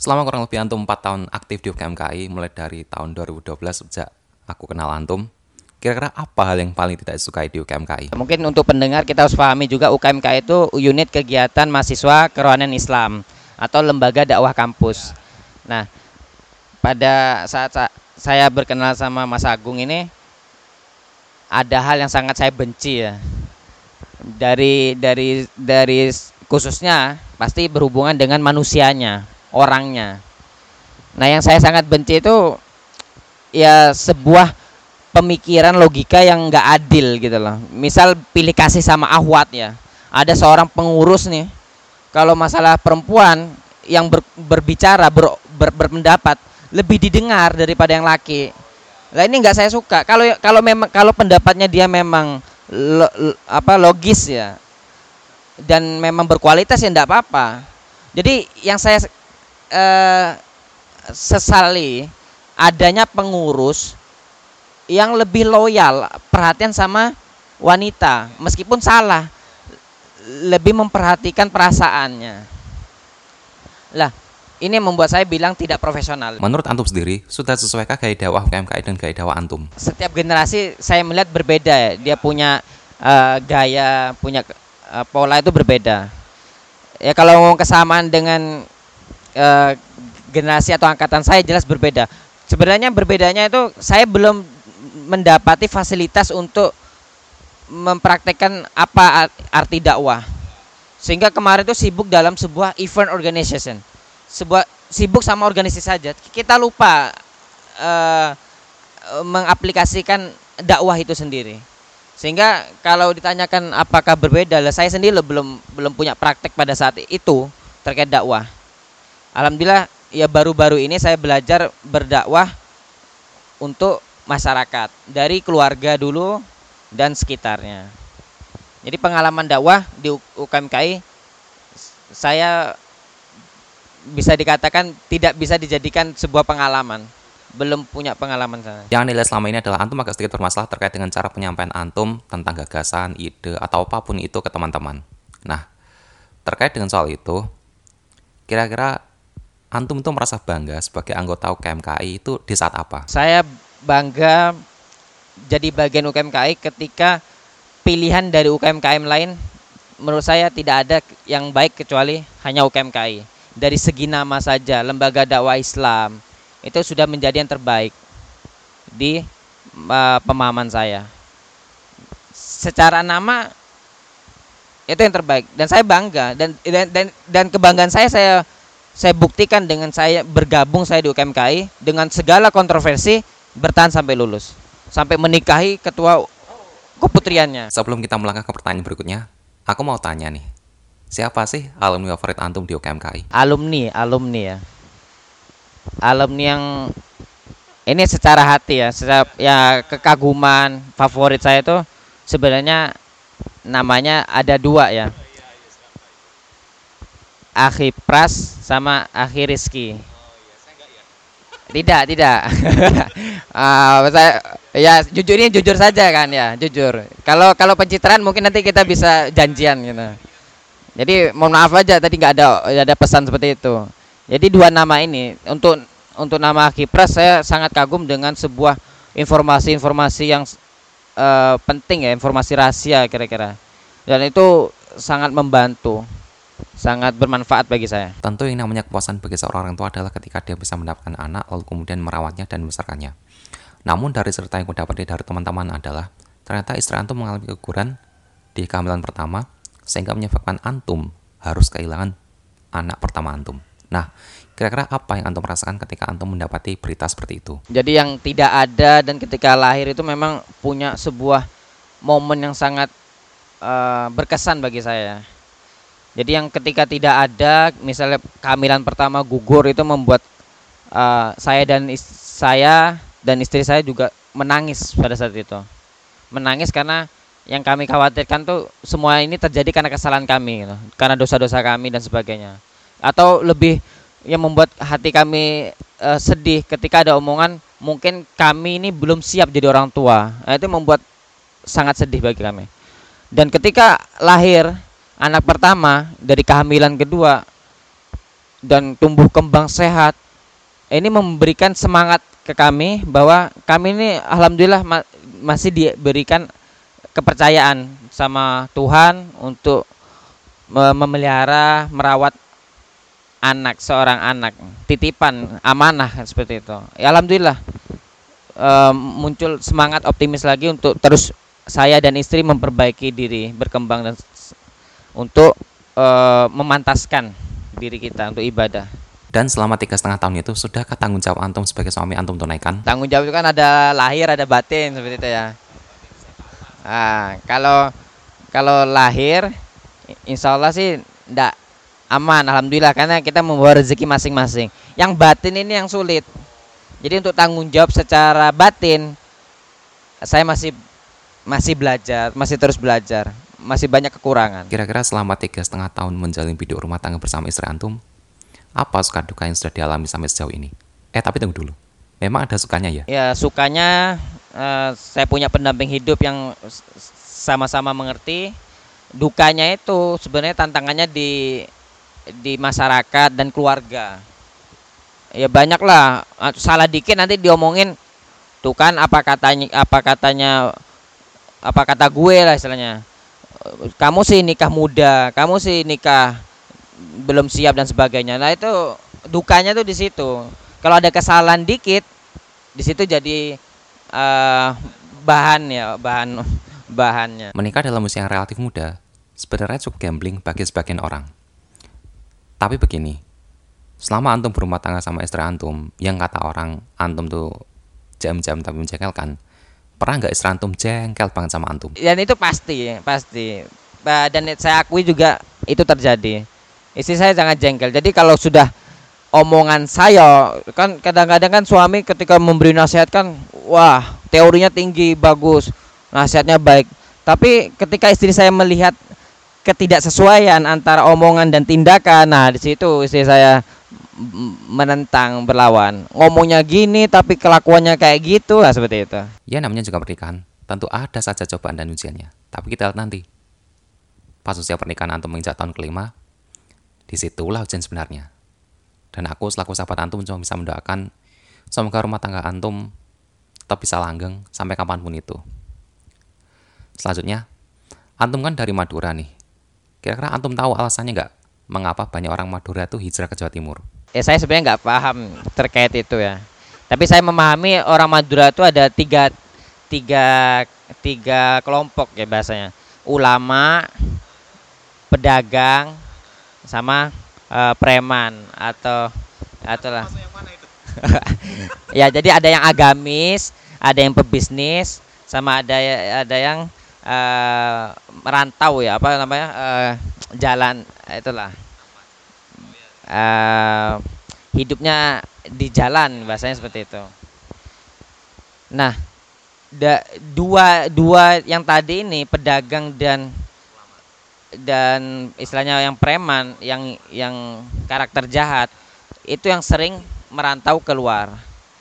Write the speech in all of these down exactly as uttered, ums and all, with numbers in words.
Selama kurang lebih antum empat tahun aktif di U K M K I, mulai dari tahun dua ribu dua belas sejak aku kenal antum, kira-kira apa hal yang paling tidak disukai di U K M K I? Mungkin untuk pendengar kita harus pahami juga U K M K I itu unit kegiatan mahasiswa kerohanian Islam atau lembaga dakwah kampus. Nah, pada saat sa- saya berkenal sama Mas Agung ini ada hal yang sangat saya benci ya. Dari dari dari khususnya pasti berhubungan dengan manusianya, orangnya. Nah, yang saya sangat benci itu ya sebuah pemikiran logika yang nggak adil gitu loh. Misal pilih kasih sama ahwat ya. Ada seorang pengurus nih, kalau masalah perempuan yang ber- berbicara ber- ber- berpendapat lebih didengar daripada yang laki. Nah ini nggak saya suka. Kalau kalau memang kalau pendapatnya dia memang lo- lo- apa logis ya dan memang berkualitas ya enggak apa-apa. Jadi yang saya eh, sesali adanya pengurus yang lebih loyal, perhatian sama wanita, meskipun salah, lebih memperhatikan perasaannya. Lah, ini yang membuat saya bilang tidak profesional. Menurut antum sendiri, sudah sesuaikah gaya dakwah U K M K I dan gaya dakwah antum? Setiap generasi saya melihat berbeda ya. Dia punya eh, gaya, punya eh, pola itu berbeda. Ya kalau ngomong kesamaan dengan eh, generasi atau angkatan saya jelas berbeda. Sebenarnya berbedanya itu saya belum mendapati fasilitas untuk mempraktekkan apa ar- arti dakwah. Sehingga kemarin itu sibuk dalam sebuah event organization. Sebuah sibuk sama organisasi saja. Kita lupa eh, mengaplikasikan dakwah itu sendiri. Sehingga kalau ditanyakan apakah berbeda, lah saya sendiri belum belum punya praktek pada saat itu terkait dakwah. Alhamdulillah ya baru-baru ini saya belajar berdakwah untuk masyarakat dari keluarga dulu dan sekitarnya. Jadi pengalaman dakwah di U K M K I saya bisa dikatakan tidak bisa dijadikan sebuah pengalaman. Belum punya pengalaman sana. Yang nilai selama ini adalah antum agak sedikit bermasalah terkait dengan cara penyampaian antum tentang gagasan, ide, atau apapun itu ke teman-teman. Nah, terkait dengan soal itu, kira-kira antum itu merasa bangga sebagai anggota U K M K I itu di saat apa? Saya bangga jadi bagian U K M K I ketika pilihan dari U K M K I lain menurut saya tidak ada yang baik kecuali hanya U K M K I. Dari segi nama saja, lembaga dakwah Islam itu sudah menjadi yang terbaik di uh, pemahaman saya. Secara nama itu yang terbaik dan saya bangga dan dan dan, dan kebanggaan saya saya saya buktikan dengan saya bergabung saya di U K M K I dengan segala kontroversi bertahan sampai lulus, sampai menikahi ketua keputriannya. Sebelum kita melangkah ke pertanyaan berikutnya, aku mau tanya nih, siapa sih alumni favorit antum di U K M K I? Alumni, alumni ya. Alumni yang ini secara hati ya, secara ya kekaguman favorit saya itu sebenarnya namanya ada dua ya. Akhi Pras sama Akhi Rizky. Tidak, tidak. Ah, saya ya jujur ini jujur saja kan ya, jujur. Kalau kalau pencitraan mungkin nanti kita bisa janjian gitu. Jadi mohon maaf aja tadi nggak ada nggak ada pesan seperti itu. Jadi dua nama ini untuk untuk nama Akhi Pras saya sangat kagum dengan sebuah informasi-informasi yang eh, penting ya, informasi rahasia kira-kira. Dan itu sangat membantu, sangat bermanfaat bagi saya. Tentu yang namanya kepuasan bagi seorang orang tua adalah ketika dia bisa mendapatkan anak, lalu kemudian merawatnya dan membesarkannya. Namun dari cerita yang aku dapati dari teman-teman adalah, ternyata istri antum mengalami keguguran di kehamilan pertama, sehingga menyebabkan antum harus kehilangan anak pertama antum. Nah, kira-kira apa yang antum rasakan ketika antum mendapati berita seperti itu? Jadi yang tidak ada dan ketika lahir itu memang punya sebuah momen yang sangat eh, berkesan bagi saya. Jadi yang ketika tidak ada, misalnya kehamilan pertama gugur itu membuat eh, saya dan is- saya dan istri saya juga menangis pada saat itu. Menangis karena yang kami khawatirkan tuh semua ini terjadi karena kesalahan kami, gitu. Karena dosa-dosa kami dan sebagainya. Atau lebih yang membuat hati kami eh, sedih ketika ada omongan mungkin kami ini belum siap jadi orang tua. Nah, itu membuat sangat sedih bagi kami. Dan ketika lahir anak pertama dari kehamilan kedua, dan tumbuh kembang sehat. Ini memberikan semangat ke kami bahwa kami ini alhamdulillah ma- masih diberikan kepercayaan sama Tuhan untuk me- memelihara, merawat anak, seorang anak, titipan, amanah seperti itu. Ya, alhamdulillah eh, muncul semangat optimis lagi untuk terus saya dan istri memperbaiki diri, berkembang dan s- untuk eh, memantaskan diri kita untuk ibadah. Dan selama tiga setengah tahun itu, sudahkah tanggung jawab antum sebagai suami antum tunaikan? Tanggung jawab itu kan ada lahir, ada batin seperti itu ya. Ah, kalau kalau lahir, insya Allah sih ndak aman, alhamdulillah karena kita membawa rezeki masing-masing. Yang batin ini yang sulit. Jadi untuk tanggung jawab secara batin, saya masih masih belajar, masih terus belajar, masih banyak kekurangan. Kira-kira selama tiga setengah tahun menjalin hidup rumah tangga bersama istri antum, apa suka duka yang sudah dialami sampai sejauh ini? Eh tapi tunggu dulu, memang ada sukanya ya? Ya sukanya eh, saya punya pendamping hidup yang s- sama-sama mengerti. Dukanya itu sebenarnya tantangannya di di masyarakat dan keluarga. Ya banyak lah, ah, salah dikit nanti diomongin tuh kan apa katanya apa katanya apa kata gue lah istilahnya. Eh, Kamu sih nikah muda, kamu sih nikah belum siap dan sebagainya. Nah itu dukanya tuh di situ. Kalau ada kesalahan dikit, di situ jadi eh, bahan ya, bahan bahannya. Menikah dalam usia yang relatif muda, sebenarnya cukup gambling bagi sebagian orang. Tapi begini, selama antum berumah tangga sama istri antum, yang kata orang antum tuh jam-jam tapi menjengkelkan, pernah nggak istri antum jengkel banget sama antum? Dan itu pasti, pasti. Ba- Dan saya akui juga itu terjadi. Istri saya sangat jengkel. Jadi kalau sudah omongan saya, kan kadang-kadang kan suami ketika memberi nasihat kan, wah teorinya tinggi, bagus, nasihatnya baik. Tapi ketika istri saya melihat ketidaksesuaian antara omongan dan tindakan, nah di situ istri saya m- menentang, berlawan. Ngomongnya gini tapi kelakuannya kayak gitu, lah seperti itu. Ya namanya juga pernikahan, tentu ada saja cobaan dan ujiannya. Tapi kita lihat nanti, pas usia pernikahan antum menginjak tahun kelima, disitulah ujian sebenarnya. Dan aku selaku sahabat antum cuma bisa mendoakan semoga rumah tangga antum tetap bisa langgeng sampai kapanpun itu. Selanjutnya, antum kan dari Madura nih. Kira-kira antum tahu alasannya nggak mengapa banyak orang Madura tuh hijrah ke Jawa Timur? Ya saya sebenarnya nggak paham terkait itu ya. Tapi saya memahami orang Madura itu ada tiga tiga tiga kelompok ya bahasanya. Ulama, pedagang, sama eh, preman atau atau lah. Ya jadi ada yang agamis, ada yang pebisnis, sama ada ada yang eh, merantau ya apa namanya eh, jalan itulah eh, hidupnya di jalan bahasanya seperti itu. Nah, da- dua dua yang tadi ini pedagang dan dan istilahnya yang preman yang yang karakter jahat itu yang sering merantau keluar.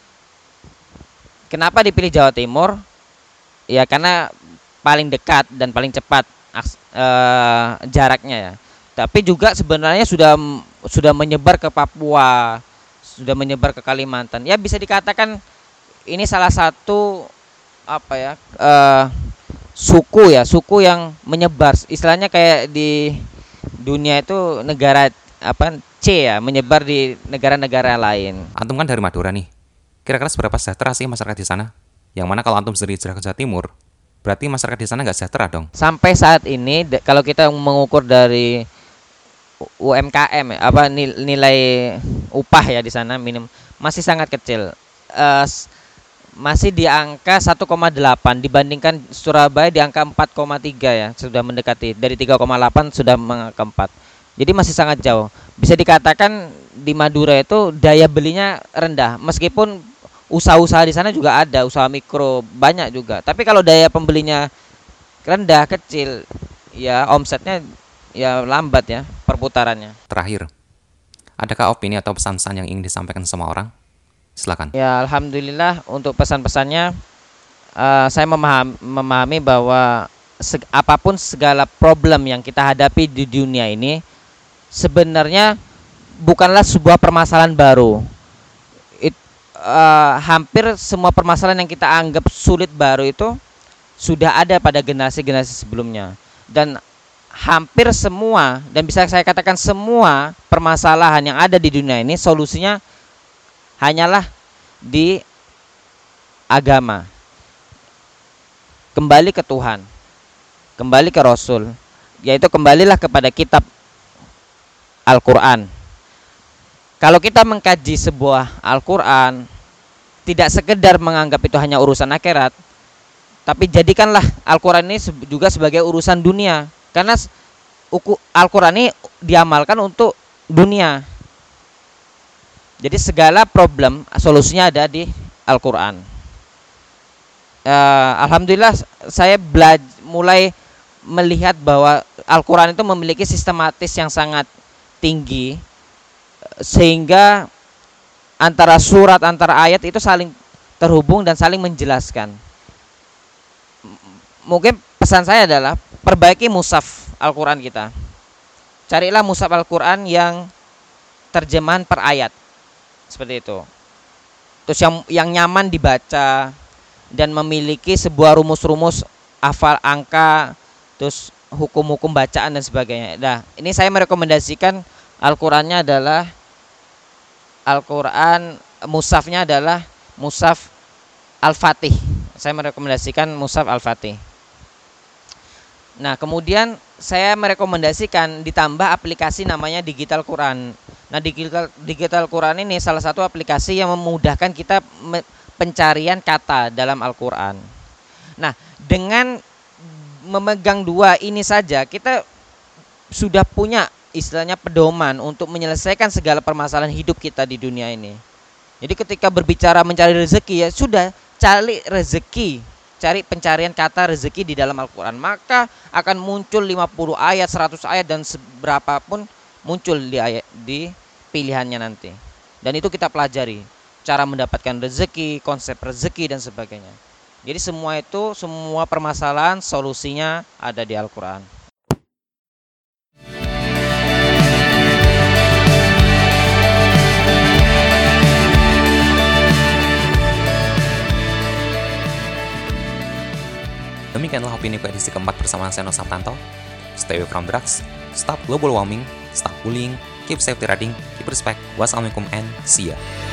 Kenapa dipilih Jawa Timur? Ya karena paling dekat dan paling cepat aks- eh, jaraknya ya. Tapi juga sebenarnya sudah sudah menyebar ke Papua, sudah menyebar ke Kalimantan. Ya bisa dikatakan ini salah satu apa ya eh, suku ya, suku yang menyebar. Istilahnya kayak di dunia itu negara apa C ya, menyebar di negara-negara lain. Antum kan dari Madura nih. Kira-kira seberapa sejahtera sih masyarakat di sana? Yang mana kalau antum sendiri hijrah ke Jawa Timur, berarti masyarakat di sana nggak sejahtera dong? Sampai saat ini d- kalau kita mengukur dari U- UMKM ya, apa nil- nilai upah ya di sana minim masih sangat kecil. Eh, s- masih di angka satu koma delapan dibandingkan Surabaya di angka empat koma tiga ya, sudah mendekati dari tiga koma delapan sudah mengangka empat. Jadi masih sangat jauh. Bisa dikatakan di Madura itu daya belinya rendah meskipun usaha-usaha di sana juga ada, usaha mikro banyak juga. Tapi kalau daya pembelinya rendah, kecil, ya omsetnya ya lambat ya perputarannya. Terakhir, adakah opini atau pesan-pesan yang ingin disampaikan sama orang? Silakan. Ya alhamdulillah untuk pesan-pesannya eh, saya memahami, memahami bahwa seg- apapun segala problem yang kita hadapi di dunia ini sebenarnya bukanlah sebuah permasalahan baru. It, uh, hampir semua permasalahan yang kita anggap sulit baru itu sudah ada pada generasi-generasi sebelumnya, dan hampir semua, dan bisa saya katakan semua permasalahan yang ada di dunia ini solusinya hanyalah di agama, kembali ke Tuhan, kembali ke Rasul, yaitu kembalilah kepada kitab Al-Quran. Kalau kita mengkaji sebuah Al-Quran, tidak sekedar menganggap itu hanya urusan akhirat, tapi jadikanlah Al-Quran ini juga sebagai urusan dunia. Karena Al-Quran ini diamalkan untuk dunia. Jadi segala problem solusinya ada di Al-Quran. uh, Alhamdulillah saya belajar, mulai melihat bahwa Al-Quran itu memiliki sistematis yang sangat tinggi, sehingga antara surat, antara ayat itu saling terhubung dan saling menjelaskan. Mungkin pesan saya adalah perbaiki mushaf Al-Quran kita. Carilah mushaf Al-Quran yang terjemahan per ayat, seperti itu. Terus yang yang nyaman dibaca dan memiliki sebuah rumus-rumus hafal angka, terus hukum-hukum bacaan dan sebagainya. Nah, ini saya merekomendasikan Al-Qurannya adalah Al-Quran, mushafnya adalah mushaf Al-Fatih. Saya merekomendasikan mushaf Al-Fatih. Nah, kemudian saya merekomendasikan ditambah aplikasi namanya Digital Quran. Nah, Digital, Digital Quran ini salah satu aplikasi yang memudahkan kita pencarian kata dalam Al-Quran. Nah, dengan memegang dua ini saja, kita sudah punya istilahnya pedoman untuk menyelesaikan segala permasalahan hidup kita di dunia ini. Jadi ketika berbicara mencari rezeki, ya sudah, cari rezeki, cari pencarian kata rezeki di dalam Al-Quran, maka akan muncul lima puluh ayat, seratus ayat, dan seberapa pun muncul di ayat, di pilihannya nanti. Dan itu kita pelajari cara mendapatkan rezeki, konsep rezeki dan sebagainya. Jadi semua itu, semua permasalahan solusinya ada di Al-Quran. Demikianlah opini edisi keempat bersama Seno Sabtanto. Stay away from drugs, stop global warming, stop bullying, keep safety riding, keep respect. Wassalamualaikum and see ya.